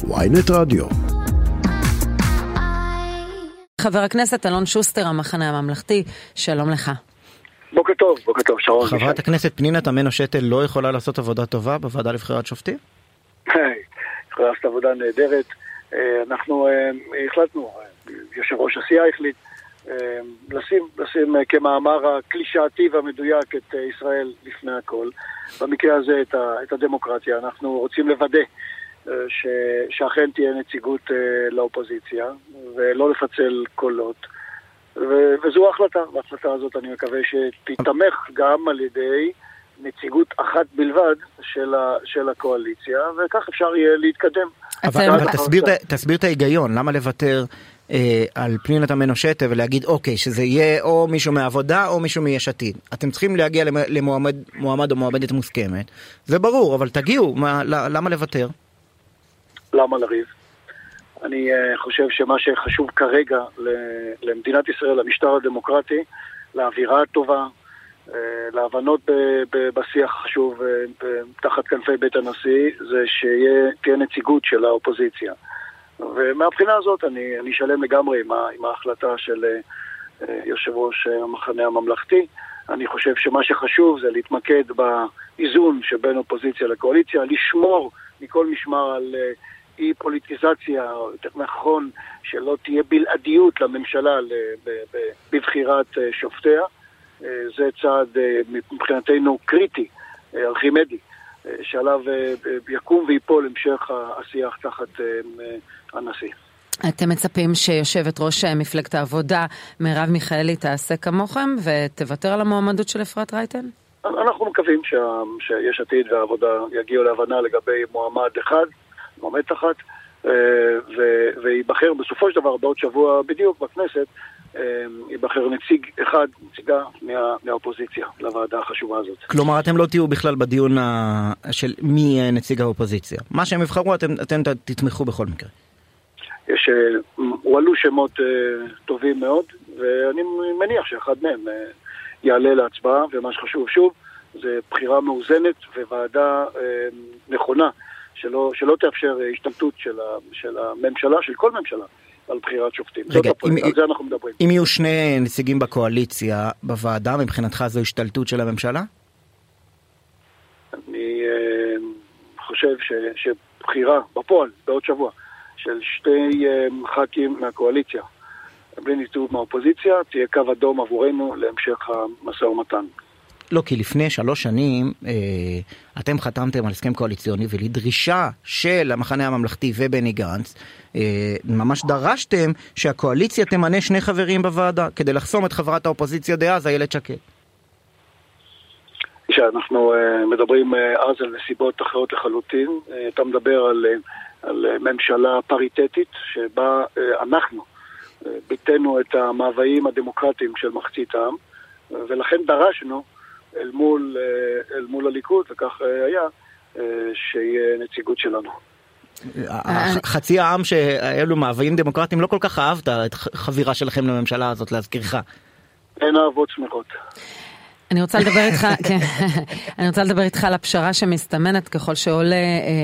ynet רדיו. חבר הכנסת אלון שוסטר, המחנה הממלכתי, שלום לך. בוקר טוב, שרון. חברת הכנסת פנינה תמנו שטה לא יכולה לעשות עבודה טובה בוועדה לבחירת שופטים? יכולה לעשות עבודה נהדרת. אנחנו החלטנו, יושב ראש הסיעה החליט, לשים כמאמר הקלישאתי והמדויק את ישראל לפני הכל. במקרה הזה את הדמוקרטיה. אנחנו רוצים לוודא שאכן תהיה נציגות לאופוזיציה, ולא לפצל קולות. וזו ההחלטה. וההחלטה הזאת אני מקווה שתתמך גם על ידי נציגות אחת בלבד של הקואליציה, וכך אפשר יהיה להתקדם. אבל תסביר את ההיגיון, למה לוותר על פנינה תמנו שטה ולהגיד אוקיי, שזה יהיה או מישהו מהעבודה או מישהו מיש עתיד. אתם צריכים להגיע למועמד או מועמדת מוסכמת, זה ברור, אבל תגיעו, למה לוותר? למה לריב? אני חושב שמה שחשוב כרגע למדינת ישראל, למשטר הדמוקרטי, לאווירה הטובה, להבנות בשיח חשוב תחת כנפי בית הנשיא, זה שתהיה נציגות של האופוזיציה. ומהבחינה הזאת אני שלם לגמרי עם ההחלטה של יושב ראש המחנה הממלכתי. אני חושב שמה שחשוב זה להתמקד באיזון שבין אופוזיציה לקואליציה, לשמור מכל משמר על אי פוליטיזציה, או יותר נכון שלא תהיה בלעדיות לממשלה בבחירת שופטיה. זה צעד מבחינתנו קריטי, ארכימדי, שעליו יקום ויפול המשך השיח תחת הנשיא. אתם מצפים שיושבת ראש מפלגת העבודה מרב מיכאלי תעשה כמוכם ותוותר על המועמדות של אפרת רייטן? אנחנו מקווים שיש עתיד והעבודה יגיעו להבנה לגבי מועמדת אחת, ויבחר בסופו של דבר בעוד שבוע בדיוק בכנסת, ייבחר נציגה מהאופוזיציה לוועדה החשובה הזאת. כלומר, אתם לא תהיו בכלל בדיון של מי נציג האופוזיציה. מה שהם יבחרו, אתם תתמכו בכל מקרה. הועלו שמות טובים מאוד, ואני מניח שאחד מהם יעלה להצבעה, ומה שחשוב שוב, זה בחירה מאוזנת וועדה נכונה, שלא תאפשר השתלטות של הממשלה, של כל ממשלה, על בחירת שופטים. רגע, על זה אנחנו מדברים. אם יהיו שני נציגים בקואליציה בוועדה, מבחינתך זו השתלטות של הממשלה? אני חושב שבחירה בפועל, בעוד שבוע, של שתי ח"כים מהקואליציה, בלי ניתוב מהאופוזיציה, תהיה קו אדום עבורנו להמשך המשא ומתן. לא, כי לפני 3 שנים אתם חתמתם על הסכם קואליציוני, ולדרישה של המחנה הממלכתי ובני גנץ, ממש דרשתם שהקואליציה תמנה 2 חברים בוועדה, כדי לחסום את חברת האופוזיציה דאז, איילת שקד. כשאנחנו מדברים אז על נסיבות אחרות לחלוטין, אתה מדבר על ממשלה פריטטית, שבה אנחנו ביטאנו את המאוויים הדמוקרטיים של מחצית העם, ולכן דרשנו אל מול הליכוד, וכך היה, שיהיה נציגות שלנו. חצי העם שאלו מאוויים דמוקרטיים לא כל כך אהבת את חבירה שלכם לממשלה הזאת, להזכירך. אין אהבות שמחות. אני רוצה לדבר איתך על הפשרה שמסתמנת ככל שעולה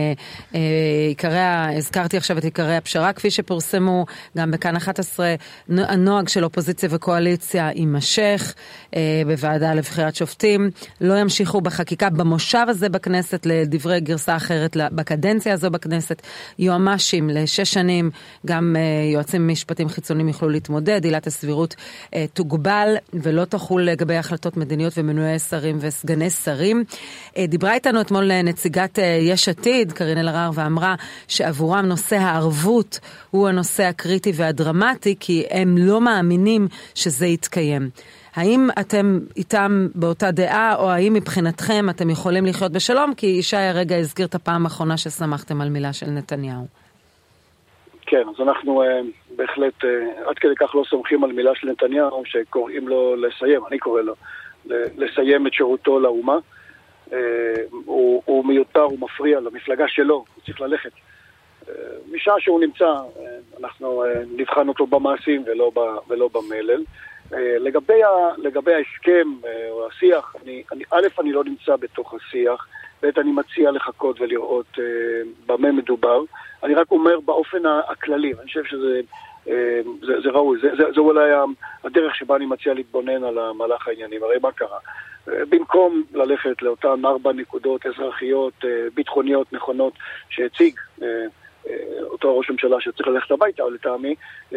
הזכרתי עכשיו את עיקרי הפשרה, כפי שפורסמו גם בכאן 11, הנוהג של אופוזיציה וקואליציה יימשך בוועדה לבחירת שופטים, לא ימשיכו בחקיקה במושב הזה בכנסת, לדברי גרסה אחרת בקדנציה הזו בכנסת, יועמ"שים ל6 שנים, גם יועצים משפטיים חיצוניים יוכלו להתמודד, עילת הסבירות תוגבל ולא תחול לגבי החלטות מדיניות ומינויי שרים וסגני שרים. דיברה איתנו אתמול נציגת יש עתיד, קרין אלהרר, ואמרה שעבורם נושא הערבות הוא הנושא הקריטי והדרמטי, כי הם לא מאמינים שזה יתקיים. האם אתם איתם באותה דעה, או האם מבחינתכם אתם יכולים לחיות בשלום? כי ישי הרגע הזכיר את הפעם האחרונה ששמחתם על מילה של נתניהו. כן, אז אנחנו בהחלט עד כדי כך לא סומכים על מילה של נתניהו, שקוראים לו לסיים, אני קורא לו לסיים את שירותו לאומה. הוא מיותר, הוא מפריע למפלגה שלו, הוא צריך ללכת. משעה שהוא נמצא, אנחנו נבחן אותו במעשים ולא במלל. לגבי ההסכם או השיח, אני לא נמצא בתוך השיח, אני מציע לחכות ולראות במה מדובר. אני רק אומר באופן הכללי, אני חושב שזה זה ראוי, זה אולי הדרך שבה אני מציע להתבונן על המהלך העניינים. הרי מה קרה? במקום ללכת לאותן 4 נקודות אזרחיות, ביטחוניות נכונות שהציג אותו ראש הממשלה שצריך ללכת הביתה, או לטעמי,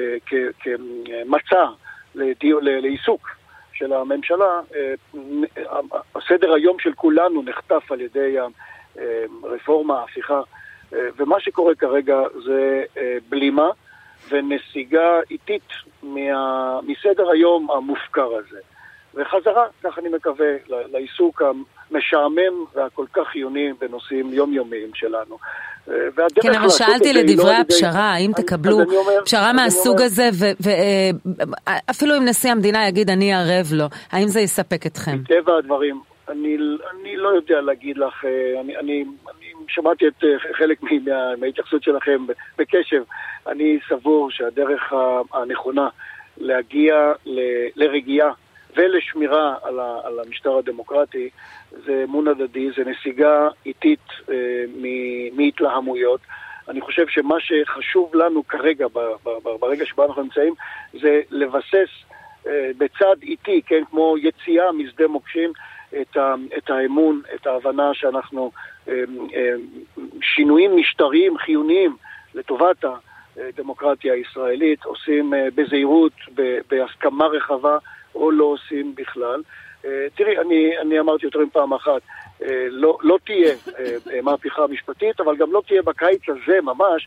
כמצע לעיסוק של הממשלה, הסדר היום של כולנו נחטף על ידי הרפורמה, ההפיכה, ומה שקורה כרגע זה בלימה ונסיגה איטית מסדר היום המופקר הזה. וחזרה, כך אני מקווה, לעיסוק המשעמם והכל כך חיוני בנושאים יומיומיים שלנו. כן, אבל שאלתי לדברי הפשרה, האם תקבלו פשרה מהסוג הזה, ואפילו אם נשיא המדינה יגיד אני ערב לו, האם זה יספק אתכם? טבע הדברים, אני לא יודע להגיד לך, אני שמעתי את חלק מההתייחסות שלכם בקשב. אני סבור שהדרך הנכונה להגיע לרגיעה ולשמירה על המשטר הדמוקרטי זה אמון הדדי, זה נסיגה איטית מהתלהמויות. אני חושב שמה שחשוב לנו כרגע, ברגע שבו אנחנו נמצאים, זה לבסס בצד איטי, כן, כמו יציאה משדה מוקשים, את האמון, את ההבנה שאנחנו שינויים משטריים חיוניים לטובת הדמוקרטיה הישראלית עושים בזהירות, בהסכמה רחבה, או לא עושים בכלל. תראי, אני אמרתי יותר מפעם אחת, לא תהיה מהפכה משפטית, אבל גם לא תהיה בקיץ הזה ממש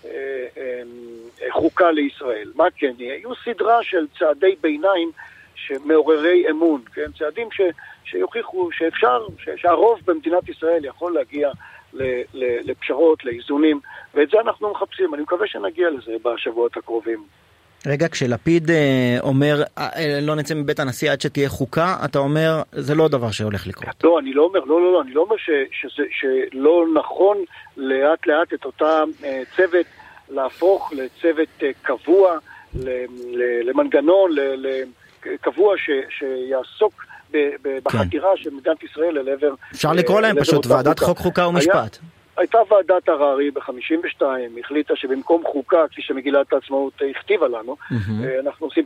חוקה לישראל. מה כן יהיה? יהיו סדרה של צעדי ביניים שמעוררי אמון, כן? צעדים שיוכיחו שאפשר, שהרוב במדינת ישראל יכול להגיע לפשרות, לאיזונים, ואת זה אנחנו מחפשים. אני מקווה שנגיע לזה בשבועות הקרובים. רגע, כשלפיד אומר לא נצא מבית הנשיא עד שתהיה חוקה, אתה אומר זה לא דבר שהולך לקרות. לא, אני לא אומר שלא נכון לאט לאט את אותה צוות להפוך לצוות קבוע, למנגנון קבוע שיעסוק בחתירה של מדינת ישראל אל עבר. אפשר לקרוא להם פשוט ועדת חוק חוקה ומשפט. הייתה ועדת הררי ב-52, החליטה שבמקום חוקה, כפי שמגילת העצמאות הכתיבה לנו, אנחנו עושים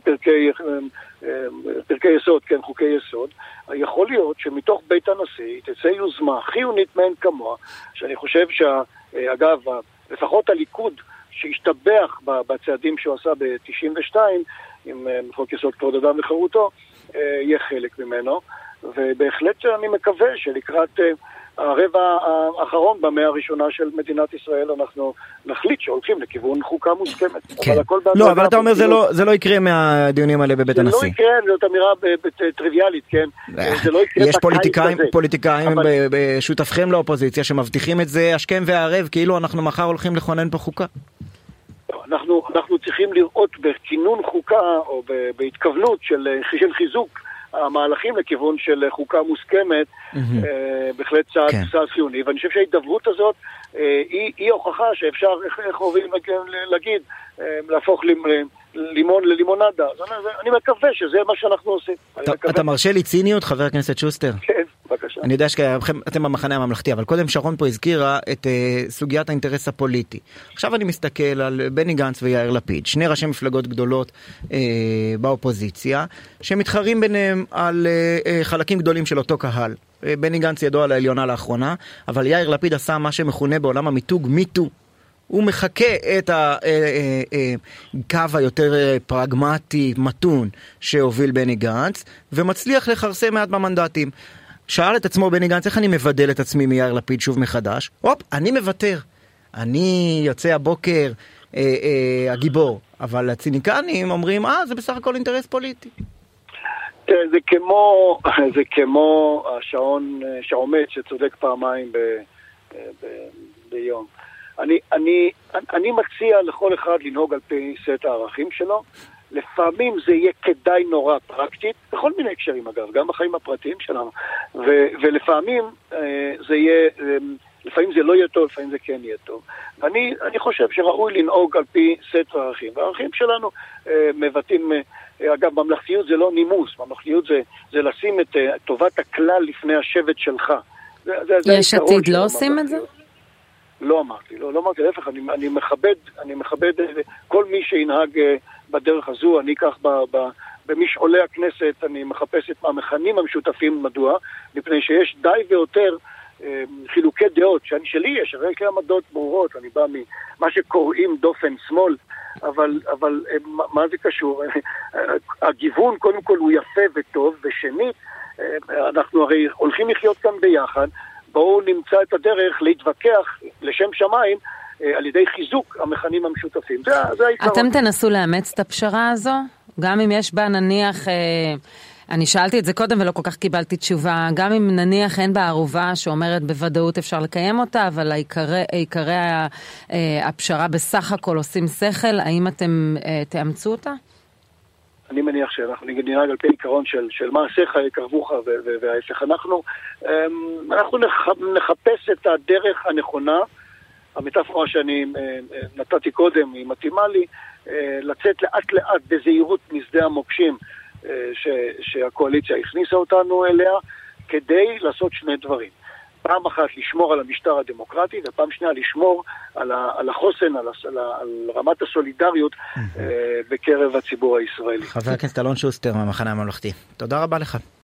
פרקי יסוד, כן, חוקי יסוד. יכול להיות שמתוך בית הנשיא תצא יוזמה חיונית מעין כמוה, שאני חושב אגב, לפחות הליכוד שהשתבח בצעדים שהוא עשה ב-92, עם חוק יסוד כבוד אדם וחירותו, יהיה חלק ממנו, ובהחלט אני מקווה שלקראת הרבע האחרון במאה הראשונה של מדינת ישראל אנחנו נחליט שהולכים לכיוון חוקה מוסכמת. כן. לא, אבל אתה אומר זה לא יקרה מהדיונים האלה בבית הנשיא. זה לא יקרה, זאת אמירה טריוויאלית, כן. זה לא יקרה יש פוליטיקאים בשותפכם לאופוזיציה שמבטיחים את זה השכם והערב, כאילו אנחנו מחר הולכים לכונן פה חוקה. אנחנו צריכים לראות בכינון חוקה או בהתכוונות של חיזוק המהלכים לכיוון של חוקה מוסכמת, בהחלט צעד חיוני, ואני חושב שההידברות הזאת היא הוכחה שאפשר, איך אוהבים להגיד, להפוך לימון ללימונדה. אני מקווה שזה מה שאנחנו עושים. אתה מרשה לי ציניות, חבר הכנסת שוסטר? כן, בבקשה. אני יודע שאתם במחנה הממלכתי, אבל קודם שרון פה הזכירה את סוגיית האינטרס הפוליטי. עכשיו אני מסתכל על בני גנץ ויאיר לפיד, שני ראשי מפלגות גדולות באופוזיציה, שמתחרים ביניהם על חלקים גדולים של אותו קהל. בני גנץ ידוע על העליונה לאחרונה, אבל יאיר לפיד עשה מה שמכונה בעולם המיתוג מיטו. הוא מחכה את הקו היותר פרגמטי, מתון, שהוביל בני גנץ, ומצליח לחרסם מעט במנדטים. שאל את עצמו בני גנץ, איך אני מבדל את עצמי מיאיר לפיד שוב מחדש? אני מוותר. אני יוצא הבוקר הגיבור. אבל הציניקנים אומרים, זה בסך הכל אינטרס פוליטי. זה כמו השעון שעומד שצודק פעמיים ביום. אני מציע לכל אחד לנהוג על פי סט הערכים שלו. לפעמים זה יהיה כדאי נורא פרקטית, בכל מיני הקשרים אגב, גם בחיים הפרטיים שלנו, ולפעמים זה יהיה, לפעמים זה לא יהיה טוב, לפעמים זה כן יהיה טוב. אני חושב שראוי לנהוג על פי סט הערכים, והערכים שלנו מבטאים, אגב, ממלכתיות זה לא נימוס, ממלכתיות זה לשים את טובת הכלל לפני השבט שלך. יש עתיד לא עושים את זה? לא אמרתי, להפך, אני מכבד כל מי שינהג בדרך הזו. אני כך במשעולי הכנסת, אני מחפש את המכנים המשותפים. מדוע? מפני שיש די ויותר חילוקי דעות, שלי יש הרי עמדות ברורות, אני בא ממה שקוראים דופן שמאל, אבל מה זה קשור? הגיוון קודם כל הוא יפה וטוב, ושנית, אנחנו הרי הולכים לחיות כאן ביחד, בואו נמצא את הדרך להתווכח לשם שמיים על ידי חיזוק המכנים המשותפים. זה העיקרון. אתם תנסו לאמץ את הפשרה הזו? גם אם יש בה נניח, אני שאלתי את זה קודם ולא כל כך קיבלתי תשובה, גם אם נניח אין בה ערובה שאומרת בוודאות אפשר לקיים אותה, אבל עיקרי הפשרה בסך הכל עושים שכל, האם אתם תאמצו אותה? אני מניח שאנחנו ננהג על פי עיקרון של מעשיך יקרבוך וההפך. אנחנו נחפש את הדרך הנכונה. המטאפורה שאני נתתי קודם היא מתאימה לי, לצאת לאט לאט בזהירות משדה המוקשים שהקואליציה הכניסה אותנו אליה, כדי לעשות שני דברים. פעם אחת לשמור על המשטר הדמוקרטי, ופעם שנייה לשמור על החוסן, על רמת הסולידריות בקרב הציבור הישראלי. חבר הכנסת אלון שוסטר מהמחנה הממלכתי, תודה רבה לך.